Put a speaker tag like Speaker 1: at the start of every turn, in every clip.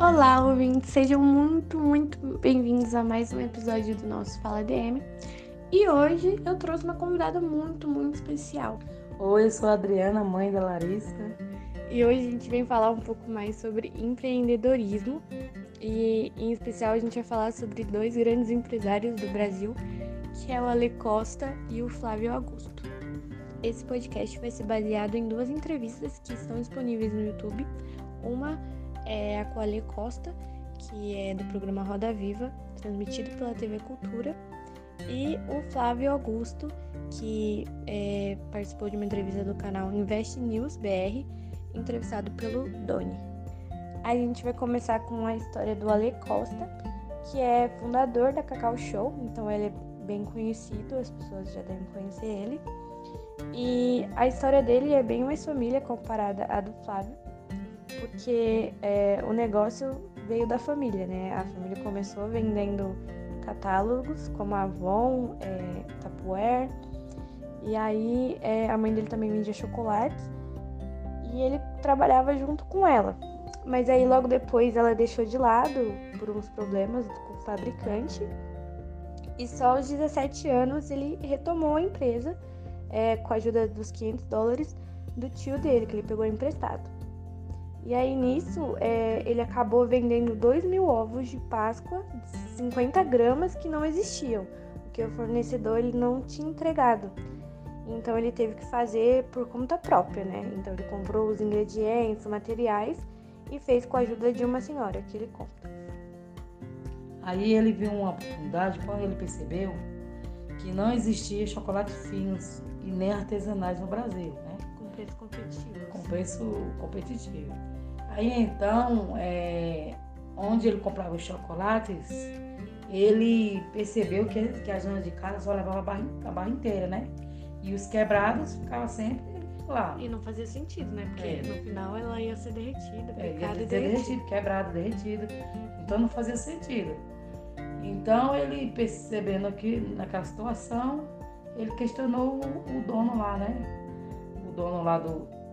Speaker 1: Olá, ouvintes! Sejam muito bem-vindos a mais um episódio do nosso Fala DM. E hoje eu trouxe uma convidada muito especial.
Speaker 2: Oi, eu sou a Adriana, mãe da Larissa.
Speaker 1: E hoje a gente vem falar um pouco mais sobre empreendedorismo. E, em especial, a gente vai falar sobre dois grandes empresários do Brasil, que é o Ale Costa e o Flávio Augusto. Esse podcast vai ser baseado em duas entrevistas que estão disponíveis no YouTube. Uma é a com a Ale Costa, que é do programa Roda Viva, transmitido pela TV Cultura, e o Flávio Augusto, que participou de uma entrevista do canal Invest News BR, entrevistado pelo Doni. A gente vai começar com a história do Ale Costa, que é fundador da Cacau Show, então ele é bem conhecido, as pessoas já devem conhecer ele. E a história dele é bem mais família comparada à do Flávio, porque o negócio veio da família, né? A família começou vendendo catálogos como Avon, Tupperware, e aí a mãe dele também vendia chocolates e ele trabalhava junto com ela. Mas aí logo depois ela deixou de lado por uns problemas com o fabricante e só aos 17 anos ele retomou a empresa com a ajuda dos $500 do tio dele, que ele pegou emprestado. E aí nisso ele acabou vendendo 2.000 ovos de Páscoa de 50 gramas que não existiam, porque o fornecedor ele não tinha entregado. Então ele teve que fazer por conta própria, né? Então ele comprou os ingredientes, os materiais e fez com a ajuda de uma senhora, que ele conta.
Speaker 2: Aí ele viu uma oportunidade quando ele percebeu que não existia chocolates finos e nem artesanais no Brasil, né?
Speaker 1: Com preço competitivo.
Speaker 2: Com preço competitivo. Aí então, onde ele comprava os chocolates, ele percebeu que as donas de casa só levavam a barra inteira, né? E os quebrados ficavam sempre lá.
Speaker 1: E não fazia sentido, né? Porque no final ela ia ser derretida,
Speaker 2: ia ser derretido, quebrado, derretido. Então não fazia sentido. Então ele, percebendo que naquela situação, ele questionou o dono lá, né? O dono lá de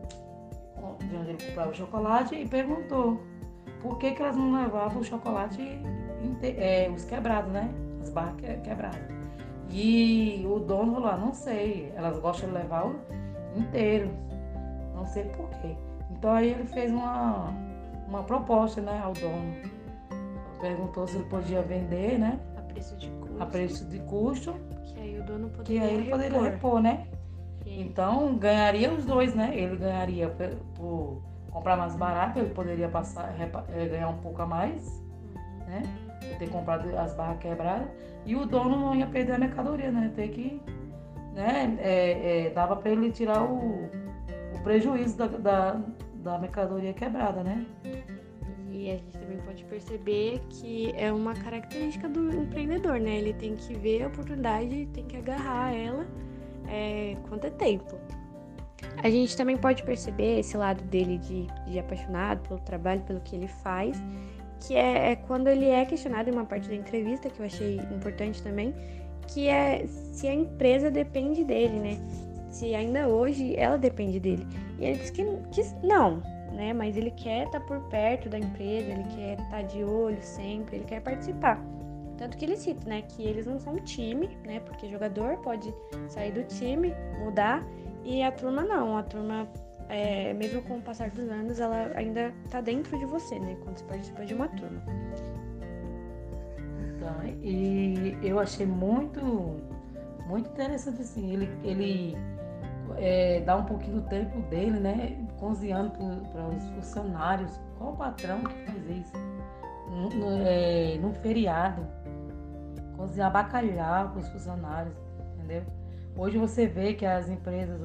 Speaker 2: onde ele comprava o chocolate e perguntou por que elas não levavam o chocolate, os quebrados, né? As barras quebradas. E o dono falou, não sei, elas gostam de levar o inteiro, não sei por quê. Então aí ele fez uma proposta, né, ao dono. Perguntou se ele podia vender, né? A preço de custo.
Speaker 1: Que aí o dono
Speaker 2: poderia repor, né?
Speaker 1: Sim.
Speaker 2: Então ganharia os dois, né? Ele ganharia por comprar mais barato, ele poderia ganhar um pouco a mais, né? Por ter comprado as barras quebradas. E o dono não ia perder a mercadoria, né? Ter que, né? Dava para ele tirar o prejuízo da mercadoria quebrada, né?
Speaker 1: E a gente também pode perceber que é uma característica do empreendedor, né? Ele tem que ver a oportunidade, tem que agarrar ela quanto é tempo. A gente também pode perceber esse lado dele de apaixonado pelo trabalho, pelo que ele faz, que é quando ele é questionado em uma parte da entrevista, que eu achei importante também, que é se a empresa depende dele, né? Se ainda hoje ela depende dele. E ele diz que não, né? Mas ele quer estar por perto da empresa, ele quer estar de olho sempre, ele quer participar. Tanto que ele cita, né, que eles não são um time, né? Porque jogador pode sair do time, mudar, e a turma não. A turma, mesmo com o passar dos anos, ela ainda tá dentro de você, né? Quando você participa de uma turma.
Speaker 2: Então, e eu achei muito interessante, assim, ele dá um pouquinho do tempo dele, né? Cozinhando para os funcionários. Qual o patrão que faz isso? No feriado. Cozinhar bacalhau para os funcionários, entendeu? Hoje você vê que as empresas,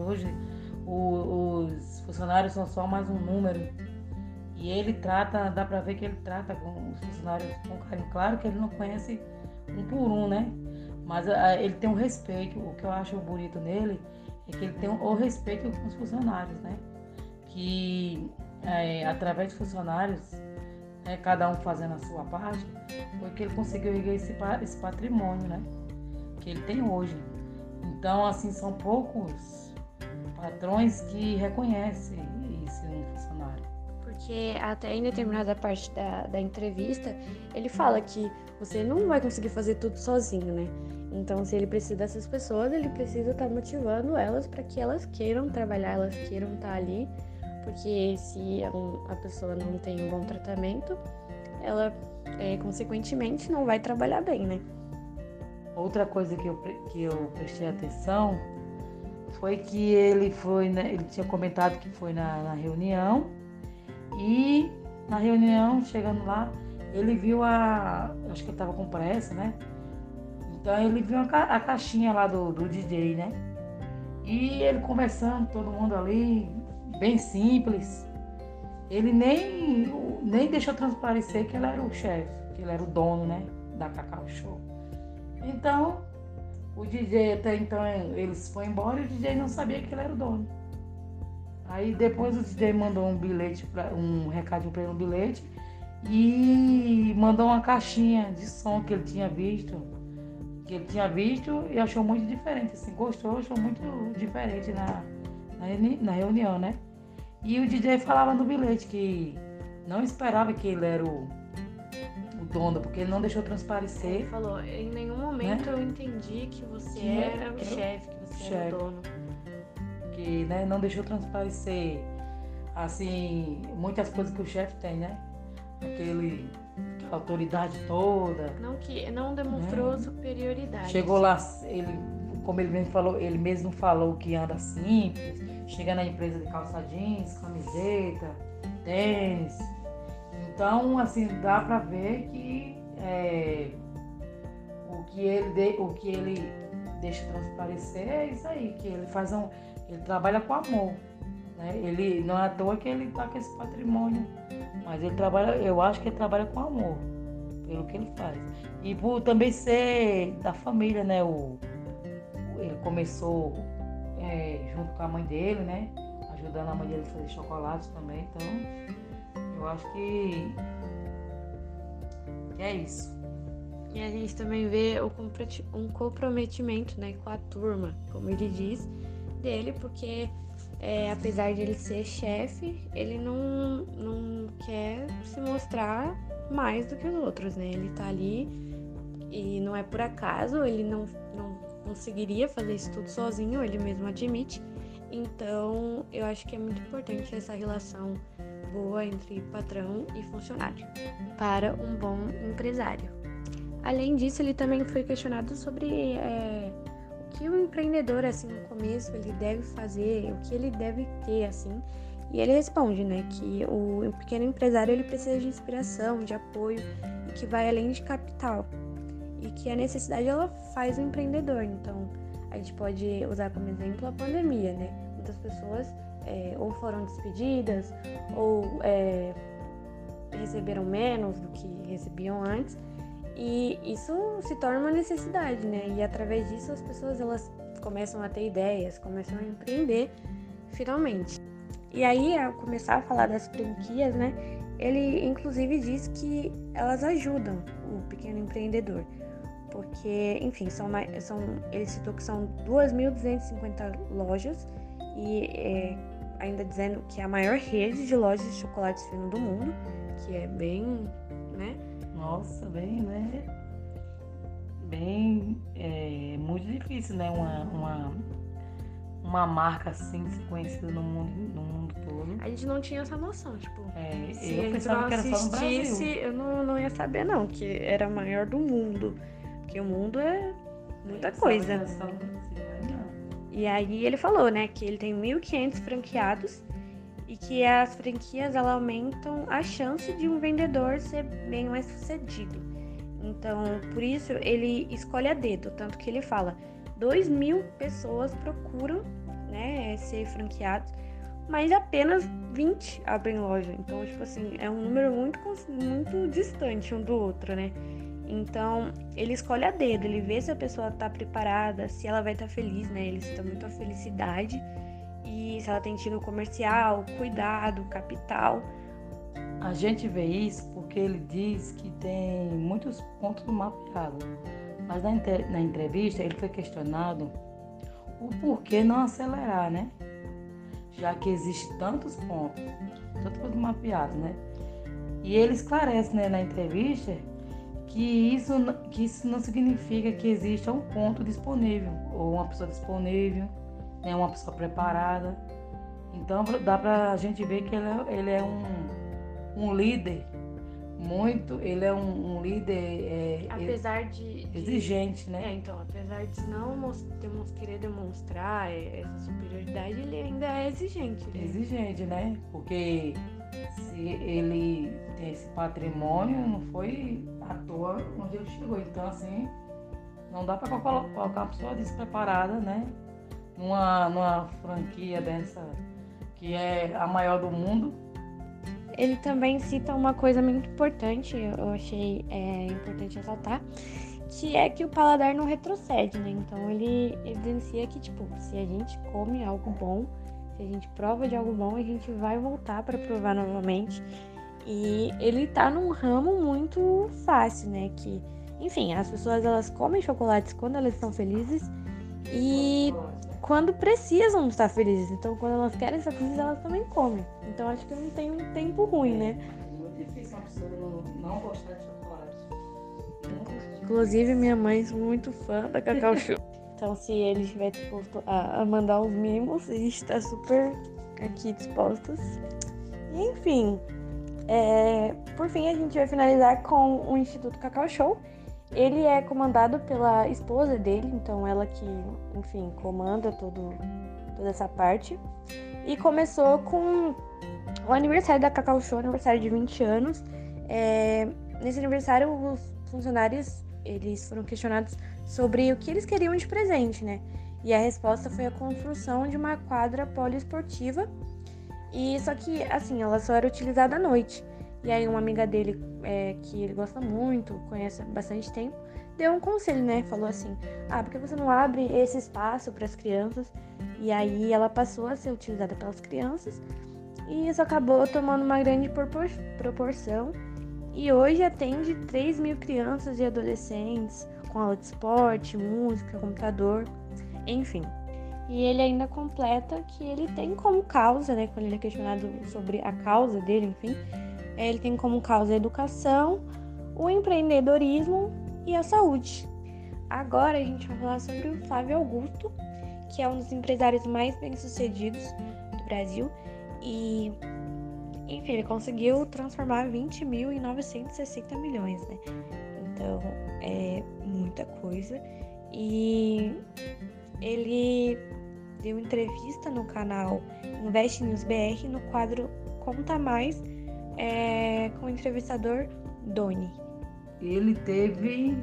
Speaker 2: os funcionários são só mais um número. E ele dá para ver que ele trata com os funcionários com carinho. Claro que ele não conhece um por um, né? Mas ele tem um respeito. O que eu acho bonito nele é que ele tem o respeito com os funcionários, né? Que através de funcionários, cada um fazendo a sua parte, foi que ele conseguiu erguer esse patrimônio, né? Que ele tem hoje. Então, assim, são poucos patrões que reconhecem isso em um funcionário.
Speaker 1: porque até em determinada parte da entrevista, ele fala que você não vai conseguir fazer tudo sozinho, né? Então, se ele precisa dessas pessoas, ele precisa estar motivando elas para que elas queiram trabalhar, elas queiram estar ali, porque se a pessoa não tem um bom tratamento, ela, consequentemente, não vai trabalhar bem, né?
Speaker 2: Outra coisa que eu prestei atenção foi que ele foi, né, ele tinha comentado que foi na reunião, e na reunião, chegando lá, ele viu acho que ele estava com pressa, né? Então ele viu a caixinha lá do DJ, né? E ele conversando, todo mundo ali, bem simples. Ele nem deixou transparecer que ele era o chefe, que ele era o dono, né? Da Cacau Show. Então, o DJ até então, eles foram embora e o DJ não sabia que ele era o dono. Aí depois o DJ mandou um recadinho para ele no bilhete e mandou uma caixinha de som que ele tinha visto e achou muito diferente, assim, gostou, achou muito diferente na reunião, né? E o DJ falava no bilhete que não esperava que ele era o dono, porque ele não deixou transparecer.
Speaker 1: Ele falou, em nenhum momento, né, eu entendi que você era o chefe, que você era o dono.
Speaker 2: Que, né, não deixou transparecer, assim, muitas coisas que o chefe tem, né? Aquela autoridade toda.
Speaker 1: Não demonstrou, né, superioridade.
Speaker 2: Chegou lá, como ele mesmo falou que anda simples, chega na empresa de calça jeans, camiseta, tênis. Então, assim, dá pra ver que o que ele deixa transparecer é isso aí, que ele ele trabalha com amor, né? Ele não é à toa que ele tá com esse patrimônio, mas eu acho que ele trabalha com amor, pelo que ele faz. E por também ser da família, né? Ele começou junto com a mãe dele, né? Ajudando a mãe dele a fazer chocolate também, então eu acho que é isso.
Speaker 1: E a gente também vê um comprometimento, né, com a turma, como ele diz, dele, porque apesar de ele ser chefe, ele não quer se mostrar mais do que os outros, né? Ele tá ali e não é por acaso, ele não conseguiria fazer isso tudo sozinho, ele mesmo admite. Então, eu acho que é muito importante essa relação boa entre patrão e funcionário para um bom empresário. Além disso, ele também foi questionado sobre o que o empreendedor, assim, no começo, ele deve fazer, o que ele deve ter, assim. E ele responde, né, que o pequeno empresário, ele precisa de inspiração, de apoio, e que vai além de capital. E que a necessidade, ela faz o empreendedor. Então, a gente pode usar como exemplo a pandemia, né? Muitas pessoas ou foram despedidas, ou receberam menos do que recebiam antes. E isso se torna uma necessidade, né? E através disso as pessoas, elas começam a ter ideias, começam a empreender finalmente. E aí, ao começar a falar das franquias, né? Ele inclusive diz que elas ajudam o pequeno empreendedor. Porque, enfim, ele citou que são 2.250 lojas e ainda dizendo que é a maior rede de lojas de chocolates finos do mundo, que é bem, né?
Speaker 2: Nossa, bem, né? Bem, muito difícil, né? Uma marca assim ser conhecida no mundo todo.
Speaker 1: A gente não tinha essa noção, tipo, se
Speaker 2: eu pensava que era só no Brasil.
Speaker 1: Eu não ia saber não, que era a maior do mundo, porque o mundo é muita coisa. E aí ele falou, né, que ele tem 1.500 franqueados e que as franquias, elas aumentam a chance de um vendedor ser bem mais sucedido. Então, por isso, ele escolhe a dedo, tanto que ele fala, 2.000 pessoas procuram, né, ser franqueados, mas apenas 20 abrem loja. Então, tipo assim, é um número muito distante um do outro, né? Então, ele escolhe a dedo, ele vê se a pessoa tá preparada, se ela vai estar feliz, né? Ele cita muito a felicidade e se ela tem tino comercial, cuidado, capital.
Speaker 2: A gente vê isso porque ele diz que tem muitos pontos mapeados. Mas na entrevista ele foi questionado o porquê não acelerar, né? já que existe tantos pontos mapeados, né? E ele esclarece, né, na entrevista que isso não significa que exista um ponto disponível, ou uma pessoa disponível, né, uma pessoa preparada. Então dá pra gente ver que ele é um líder ele é um líder
Speaker 1: apesar de
Speaker 2: exigente, né?
Speaker 1: Então, apesar de não querer demonstrar essa superioridade, ele ainda é exigente. Né?
Speaker 2: Exigente, né? Porque se ele tem esse patrimônio, não foi à toa onde ele chegou. Então, assim, não dá para colocar uma pessoa despreparada, né? Numa franquia dessa, que é a maior do mundo.
Speaker 1: Ele também cita uma coisa muito importante, eu achei importante ressaltar, que é que o paladar não retrocede, né? Então ele evidencia que, tipo, se a gente come algo bom, se a gente prova de algo bom, a gente vai voltar para provar novamente. E ele tá num ramo muito fácil, né? Que, enfim, as pessoas elas comem chocolates quando elas estão felizes e quando precisam estar felizes. Então, quando elas querem estar felizes, elas também comem. Então, acho que não tem um tempo ruim, né?
Speaker 2: É muito difícil uma pessoa não gostar de chocolate.
Speaker 1: Inclusive, minha mãe é muito fã da Cacau Show. Então, se ele estiver disposto a mandar uns mimos, a gente está super aqui dispostos. Enfim, por fim, a gente vai finalizar com o Instituto Cacau Show. Ele é comandado pela esposa dele, então ela que, enfim, comanda toda essa parte. E começou com o aniversário da Cacau Show, aniversário de 20 anos. Nesse aniversário, os funcionários eles foram questionados sobre o que eles queriam de presente, né? E a resposta foi a construção de uma quadra poliesportiva. E só que, assim, ela só era utilizada à noite. E aí uma amiga dele, que ele gosta muito, conhece há bastante tempo, deu um conselho, né? Falou assim, por que você não abre esse espaço para as crianças? E aí ela passou a ser utilizada pelas crianças e isso acabou tomando uma grande proporção. E hoje atende 3.000 crianças e adolescentes com aula de esporte, música, computador, enfim. E ele ainda completa que ele tem como causa, né? Quando ele é questionado sobre a causa dele, enfim, ele tem como causa a educação, o empreendedorismo e a saúde. Agora a gente vai falar sobre o Flávio Augusto, que é um dos empresários mais bem-sucedidos do Brasil. E, enfim, ele conseguiu transformar 20 mil em 960 milhões, né? Então, é muita coisa. E ele deu entrevista no canal Invest News BR no quadro Conta Mais, com o entrevistador Doni.
Speaker 2: Ele teve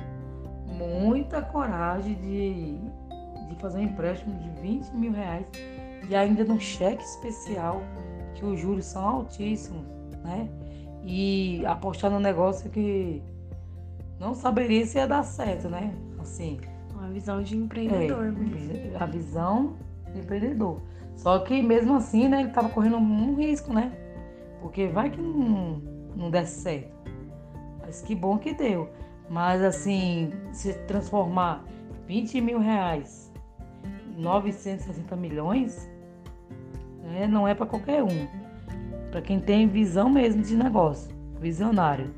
Speaker 2: muita coragem de fazer um empréstimo de 20 mil reais e ainda num cheque especial, que os juros são altíssimos, né? E apostar num negócio que não saberia se ia dar certo, né? Assim,
Speaker 1: uma visão de empreendedor.
Speaker 2: A visão de empreendedor. Só que mesmo assim, né, ele estava correndo um risco, né? Porque vai que não der certo. Mas que bom que deu. Mas assim, se transformar 20 mil reais em 960 milhões, né, não é para qualquer um. Para quem tem visão mesmo de negócio, visionário.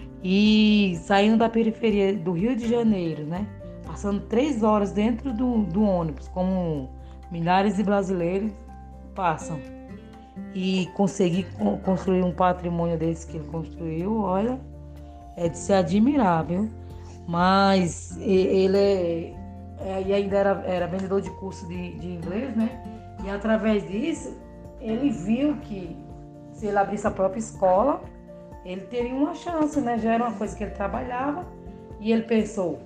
Speaker 2: E saindo da periferia do Rio de Janeiro, né? Passando 3 horas dentro do ônibus, como milhares de brasileiros passam. E conseguir construir um patrimônio desse que ele construiu, olha, é de se admirar, viu? Mas ele e ainda era vendedor de curso de inglês, né? E através disso, ele viu que se ele abrisse a própria escola, ele teria uma chance, né? Já era uma coisa que ele trabalhava e ele pensou,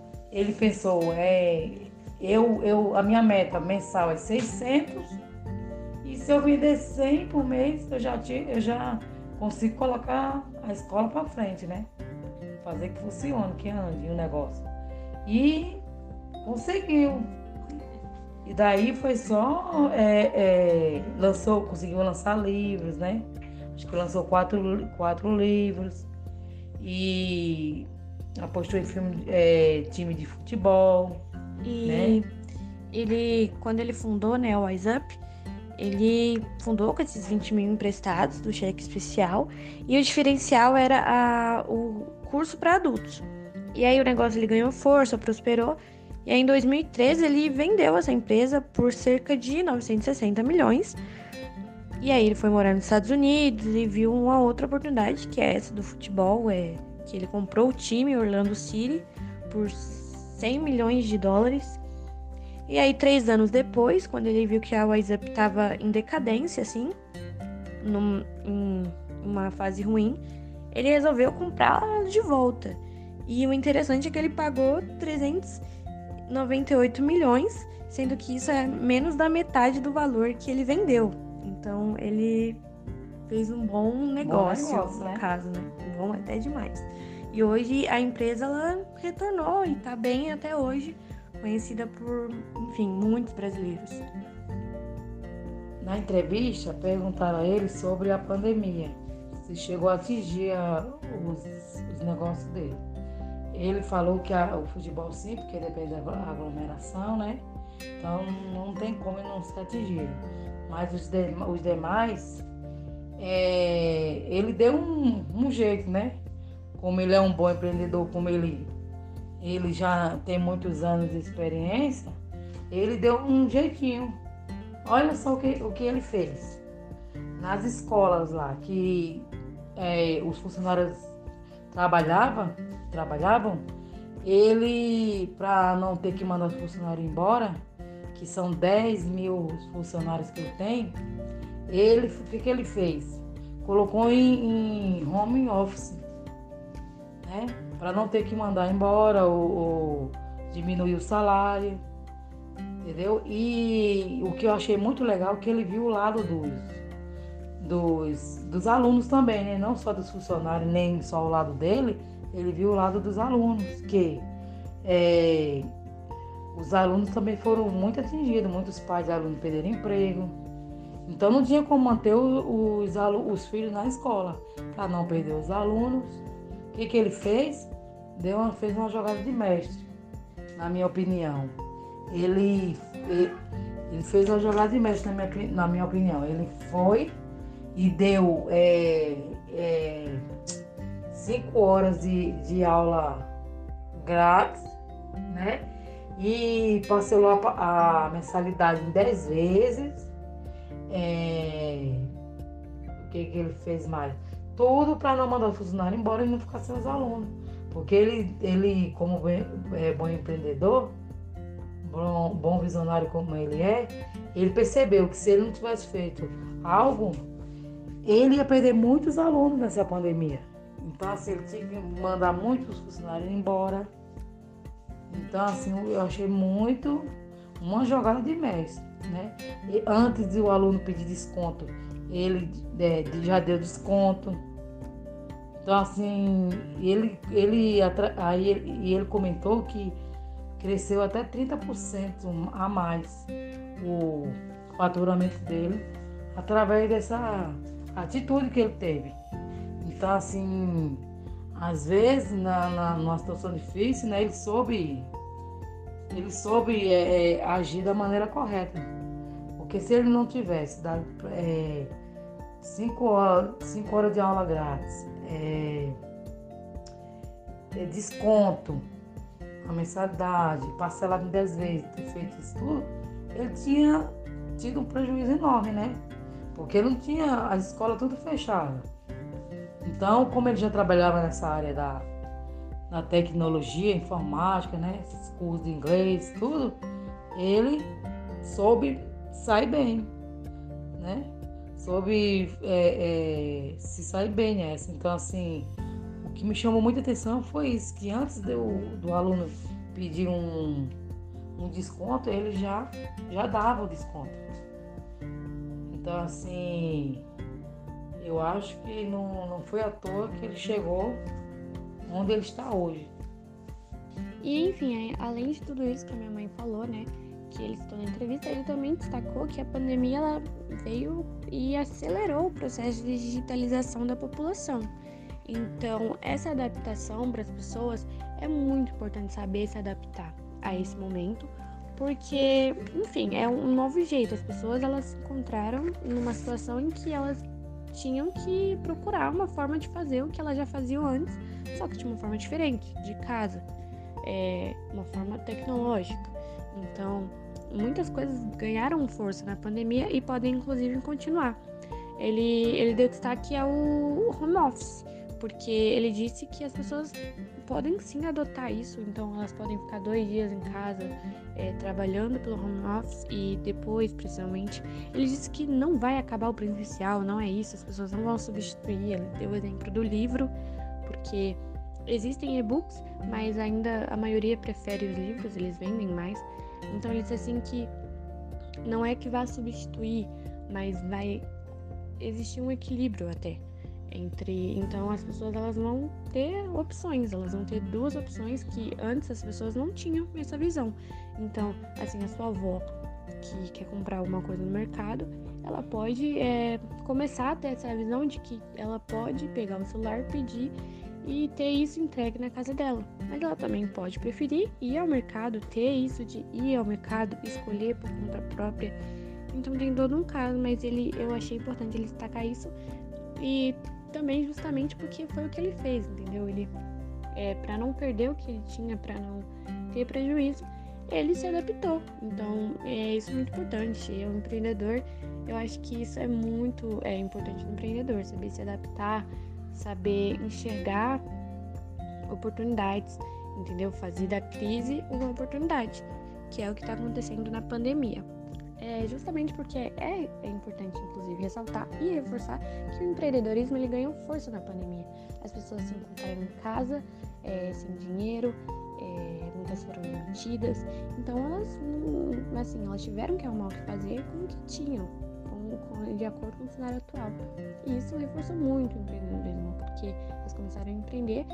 Speaker 2: a minha meta mensal é 600 e se eu vender 100 por mês, eu já consigo colocar a escola para frente, né? Fazer que funcione, que ande o negócio. E conseguiu. E daí foi só, conseguiu lançar livros, né? Acho que lançou 4 livros. E apostou em time de futebol.
Speaker 1: E
Speaker 2: né?
Speaker 1: ele, quando ele fundou, né, o Wise Up, Ele fundou com esses 20 mil emprestados do cheque especial e o diferencial era o curso para adultos. E aí o negócio ele ganhou força, prosperou. E aí em 2013 ele vendeu essa empresa por cerca de 960 milhões. E aí ele foi morar nos Estados Unidos e viu uma outra oportunidade, que é essa do futebol, que ele comprou o time Orlando City por 100 milhões de dólares. E aí 3 anos depois, quando ele viu que a Wise Up estava em decadência, assim, em uma fase ruim, ele resolveu comprá-la de volta. E o interessante é que ele pagou 398 milhões, sendo que isso é menos da metade do valor que ele vendeu. Então, ele fez um bom negócio, no caso, né? Bom até demais. E hoje a empresa, ela retornou e tá bem até hoje, conhecida por, enfim, muitos brasileiros.
Speaker 2: Na entrevista, perguntaram a ele sobre a pandemia, se chegou a atingir os negócios dele. Ele falou que o futebol sim, porque depende da aglomeração, né? Então não tem como ele não ser atingido. Mas os demais, ele deu um jeito, né? Como ele é um bom empreendedor, como ele já tem muitos anos de experiência, ele deu um jeitinho. Olha só o que ele fez. Nas escolas lá, que os funcionários trabalhavam, ele, para não ter que mandar os funcionários embora, que são 10 mil funcionários que ele tem, o que ele fez? Colocou em home office, né? Para não ter que mandar embora ou diminuir o salário, entendeu? E o que eu achei muito legal é que ele viu o lado dos alunos também, né? Não só dos funcionários, nem só o lado dele, ele viu o lado dos alunos, que os alunos também foram muito atingidos, muitos pais de alunos perderam emprego. Então não tinha como manter os filhos na escola, para não perder os alunos. O que ele fez? Fez uma jogada de mestre, na minha opinião. Ele fez uma jogada de mestre, na minha opinião. Ele foi e deu 5 horas de aula grátis, né? E parcelou a mensalidade em 10 vezes. O que ele fez mais? Tudo para não mandar o funcionário embora e não ficar sem os alunos. Porque ele como bom empreendedor, bom visionário como ele ele percebeu que se ele não tivesse feito algo, ele ia perder muitos alunos nessa pandemia. Então, assim, ele tinha que mandar muitos funcionários embora. Então, assim, eu achei muito uma jogada de mestre, né? E antes de o aluno pedir desconto, ele já deu desconto. Então, assim, ele comentou que cresceu até 30% a mais o faturamento dele através dessa atitude que ele teve. Então, assim, às vezes, numa situação difícil, né, ele soube agir da maneira correta. Porque se ele não tivesse dado 5 horas de aula grátis, desconto, a mensalidade, parcelado em 10 vezes, ter feito isso tudo, ele tinha tido um prejuízo enorme, né? Porque ele não tinha as escolas tudo fechadas. Então, como ele já trabalhava nessa área da tecnologia, informática, né? Esses cursos de inglês, tudo, ele soube sair bem, né? Soube se sair bem nessa. Então, assim, o que me chamou muita atenção foi isso, que antes do aluno pedir um desconto, ele já dava o desconto. Então, assim, eu acho que não foi à toa que ele chegou onde ele está hoje.
Speaker 1: E, enfim, além de tudo isso que a minha mãe falou, né, que ele citou na entrevista, ele também destacou que a pandemia ela veio e acelerou o processo de digitalização da população. Então, essa adaptação para as pessoas é muito importante saber se adaptar a esse momento, porque, enfim, é um novo jeito. As pessoas, elas se encontraram numa situação em que elas tinham que procurar uma forma de fazer o que elas já faziam antes, só que de uma forma diferente, de casa, uma forma tecnológica. Então, muitas coisas ganharam força na pandemia e podem, inclusive, continuar. Ele deu destaque ao home office, porque ele disse que as pessoas podem sim adotar isso, então elas podem ficar 2 dias em casa trabalhando pelo home office e depois, principalmente, ele disse que não vai acabar o presencial, não é isso, as pessoas não vão substituir. Ele deu o exemplo do livro, porque existem e-books, mas ainda a maioria prefere os livros, eles vendem mais. Então ele disse assim que não é que vai substituir, mas vai existir um equilíbrio até. Então as pessoas, elas vão ter opções, elas vão ter 2 opções que antes as pessoas não tinham essa visão. Então, assim, a sua avó que quer comprar alguma coisa no mercado, ela pode começar a ter essa visão de que ela pode pegar o celular, pedir e ter isso entregue na casa dela. Mas ela também pode preferir ir ao mercado, ter isso de ir ao mercado, escolher por conta própria. Então tem todo um caso, mas eu achei importante ele destacar isso. E também justamente porque foi o que ele fez, entendeu? Ele, para não perder o que ele tinha, para não ter prejuízo, ele se adaptou. Então, isso é muito importante. Um empreendedor, eu acho que isso é muito importante no empreendedor, saber se adaptar, saber enxergar oportunidades, entendeu? Fazer da crise uma oportunidade, que é o que está acontecendo na pandemia. Justamente porque é importante, inclusive, ressaltar e reforçar que o empreendedorismo ele ganhou força na pandemia. As pessoas se encontraram em casa, sem dinheiro, muitas foram demitidas. Então, elas tiveram que arrumar o que fazer com o que tinham, de acordo com o cenário atual. E isso reforçou muito o empreendedorismo, porque elas começaram a empreender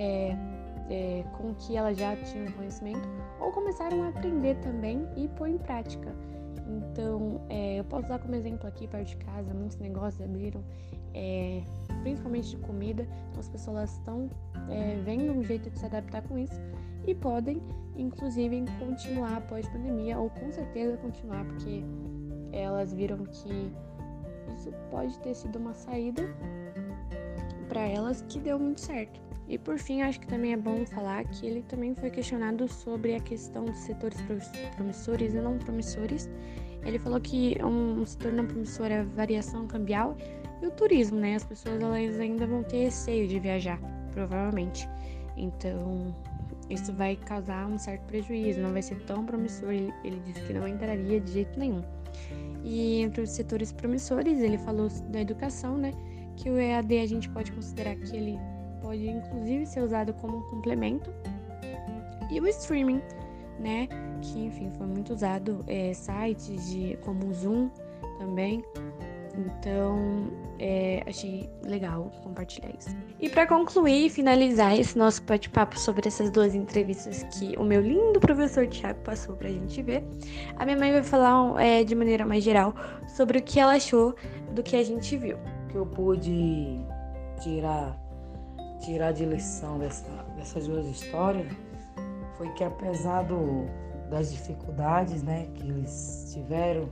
Speaker 1: com o que elas já tinham conhecimento, ou começaram a aprender também e pôr em prática. Então, eu posso usar como exemplo aqui perto de casa, muitos negócios abriram, principalmente de comida. Então, as pessoas estão vendo um jeito de se adaptar com isso e podem, inclusive, continuar após a pandemia, ou com certeza continuar, porque elas viram que isso pode ter sido uma saída para elas que deu muito certo. E por fim, acho que também é bom falar que ele também foi questionado sobre a questão dos setores promissores e não promissores. Ele falou que um setor não promissor é a variação cambial e o turismo, né? As pessoas, elas ainda vão ter receio de viajar, provavelmente. Então, isso vai causar um certo prejuízo, não vai ser tão promissor. Ele disse que não entraria de jeito nenhum. E entre os setores promissores, ele falou da educação, né? Que o EAD a gente pode considerar que ele pode inclusive ser usado como um complemento. E o streaming, né? Que, enfim, foi muito usado, sites como o Zoom também. Então, achei legal compartilhar isso. E para concluir e finalizar esse nosso bate-papo sobre essas 2 entrevistas que o meu lindo professor Thiago passou pra gente ver, a minha mãe vai falar de maneira mais geral sobre o que ela achou do que a gente viu.
Speaker 2: O que eu pude tirar de lição dessas 2 histórias foi que, apesar das dificuldades, né, que eles tiveram,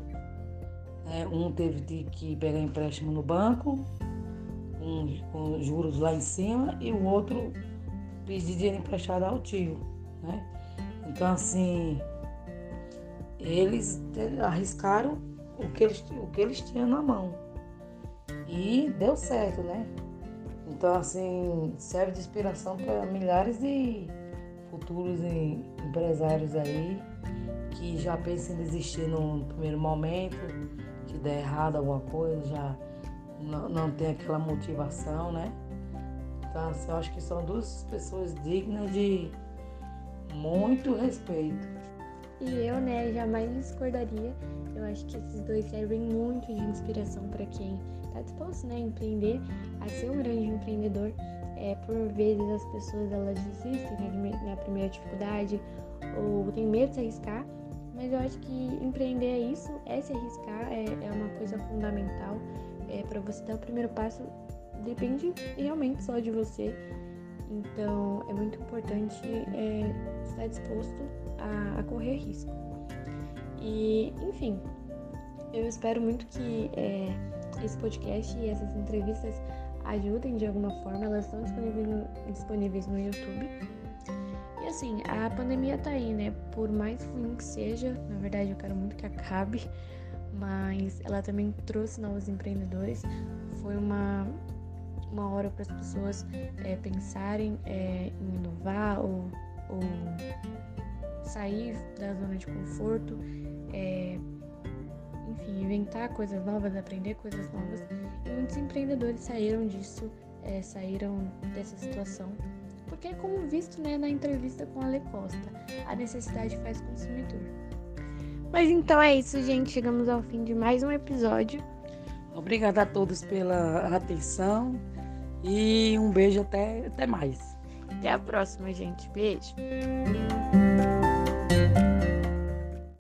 Speaker 2: um teve que pegar empréstimo no banco, com juros lá em cima, e o outro pedir dinheiro emprestado ao tio, né? Então, assim, eles arriscaram o que eles tinham na mão e deu certo, né? Então, assim, serve de inspiração para milhares de futuros empresários aí que já pensam em desistir no primeiro momento, que der errado alguma coisa, já não tem aquela motivação, né? Então, assim, eu acho que são 2 pessoas dignas de muito respeito.
Speaker 1: E eu, né, jamais discordaria. Eu acho que esses 2 servem muito de inspiração para quem está disposto, né, a empreender, a ser um grande empreendedor. Por vezes as pessoas, elas desistem, né, na primeira dificuldade, ou tem medo de se arriscar, mas eu acho que empreender é isso, se arriscar, é uma coisa fundamental. Para você dar o primeiro passo, depende realmente só de você. Então, é muito importante estar disposto a correr risco. E, enfim, eu espero muito que esse podcast e essas entrevistas ajudem de alguma forma. Elas estão disponíveis no YouTube. E assim, a pandemia tá aí, né? Por mais ruim que seja, na verdade eu quero muito que acabe, mas ela também trouxe novos empreendedores. Foi uma hora para as pessoas pensarem em inovar ou sair da zona de conforto, enfim, inventar coisas novas, aprender coisas novas. E muitos empreendedores saíram disso, saíram dessa situação. Porque, como visto, né, na entrevista com a Ale Costa, a necessidade faz consumidor. Mas então é isso, gente. Chegamos ao fim de mais um episódio.
Speaker 2: Obrigada a todos pela atenção e um beijo até mais.
Speaker 1: Até a próxima, gente. Beijo.